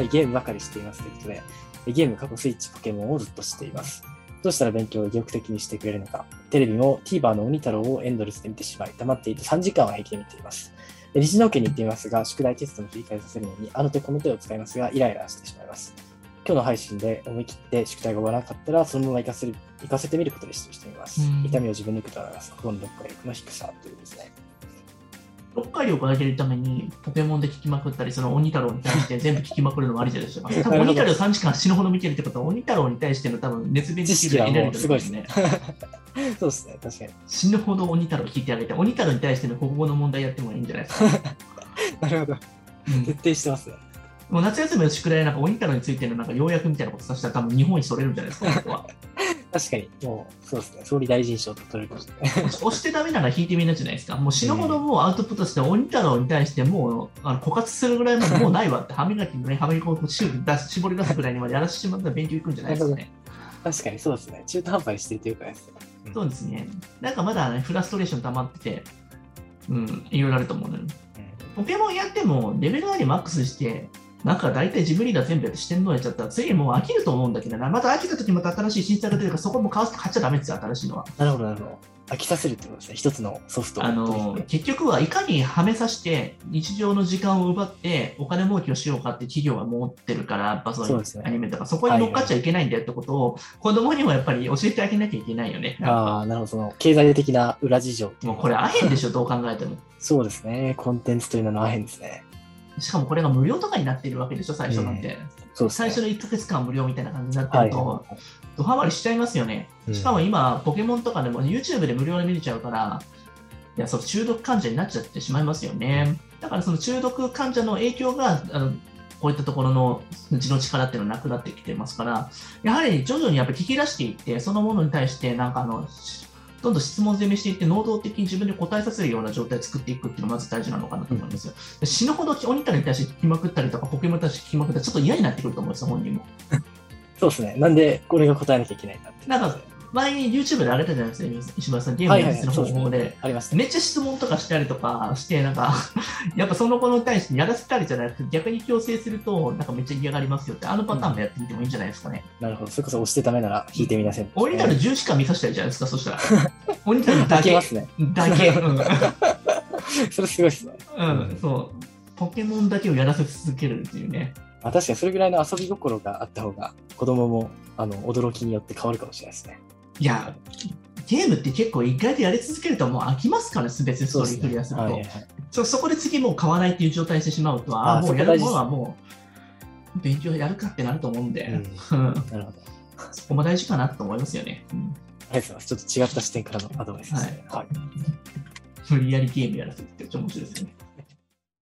りゲームばかりしていますということで、ゲーム過去スイッチポケモンをずっとしています。どうしたら勉強を意欲的にしてくれるのか。テレビも TVer の鬼太郎をエンドレスで見てしまい、黙っていて3時間は平気で見ています。日農家に行っていますが、宿題テストの振り返りさせるのに、あの手この手を使いますが、イライラしてしまいます。今日の配信で思い切って宿題が終わらなかったら、そのまま行かせてみることにしてみます。痛みを自分で受けたら、心の読解力の低さというですね。 読解力を上げるためにポケモンで聞きまくったり、その鬼太郎に対して全部聞きまくるのもありじゃないですか。多分鬼太郎3時間死ぬほど見てるってことは、鬼太郎に対しての多分熱弁知識が得られるすごいですね。そうですね、確かに。 死ぬほど鬼太郎聞いてあげて、鬼太郎に対しての国語の問題やってもいいんじゃないですか。 なるほど。徹底してますね。 もう夏休みの宿題なんか鬼太郎についてのなんか要約みたいなことさせたら多分日本一取れるんじゃないですか、ここは。 確かに、もうそうですね、総理大臣賞と取れるかもしれない。 押してダメなら引いてみるじゃないですか。もう死ぬほどもうアウトプットして、鬼太郎に対してもう枯渇するぐらいまでもうないわって、歯磨きのね、歯磨きを絞り出すぐらいにまでやらせてしまったら勉強いくんじゃないですかね。 確かにそうですね。中途半端にしてるというかですね。 そうですね。なんかまだね、フラストレーション溜まってて、いろいろあると思うので、ポケモンやってもレベルマックスして、なんか大体ジムリーダー全部やって四天王やっちゃったら、次もう飽きると思うんだけどな。また飽きた時また新しい新作が出るから、そこも買っちゃダメですよ、新しいのは。 なるほど、なるほど。飽きさせるってことですね。一つのソフトを。 結局はいかにはめさせて、日常の時間を奪って、お金儲けをしようかって企業は持ってるから、やっぱそういうアニメとか、そこに乗っかっちゃいけないんだよってことを、子供にもやっぱり教えてあげなきゃいけないよね。 ああ、なるほど。その経済的な裏事情。 もうこれアヘンでしょ、どう考えても。 そうですね。コンテンツというののアヘンですね。 しかもこれが無料とかになっているわけでしょ、最初なんて。そうですね、最初の1ヶ月間無料みたいな感じになってると、ドハマりしちゃいますよね。しかも今、ポケモンとかでも YouTube で無料で見れちゃうから、いや、その中毒患者になっちゃってしまいますよね。だからその中毒患者の影響が、こういったところのうちの力っていうのはなくなってきてますから、やはり徐々にやっぱり聞き出していって、そのものに対してなんかどんどん質問攻めしていって、能動的に自分で答えさせるような状態を作っていくっていうのがまず大事なのかなと思いますよ。死ぬほど鬼太郎に対して聞きまくったりとか、ポケモンに対して聞きまくったらちょっと嫌になってくると思うんですよ、本人も。 そうですね。なんで、これが答えなきゃいけないんだって。 なんか、前に YouTube であげたじゃないですか、石橋さん、ゲームやってる方法で、めっちゃ質問とかしたりとかして、なんか、やっぱその子に対してやらせたりじゃなくて、逆に強制すると、なんかめっちゃ嫌がりますよって、あのパターンもやってみてもいいんじゃないですかね。 なるほど。それこそ押してダメなら引いてみなせん。 鬼太郎10しか見させたらいいじゃないですか、そしたら。鬼太郎だけ。 ますね。 だけ。 それすごいですね。 そう。ポケモンだけをやらせ続けるっていうね。 確かにそれぐらいの遊び心があった方が、子供も驚きによって変わるかもしれないですね。 いや、ゲームって結構一回でやり続けるともう飽きますからね、すべてストーリークリアすると。そこで次もう買わないっていう状態にしてしまうと、もうやるものはもう勉強やるかってなると思うんで、なるほど。そこも大事かなと思いますよね。 ありがとうございます。ちょっと違った視点からのアドバイスですね。 無理やりゲームやらせてって面白いですよね。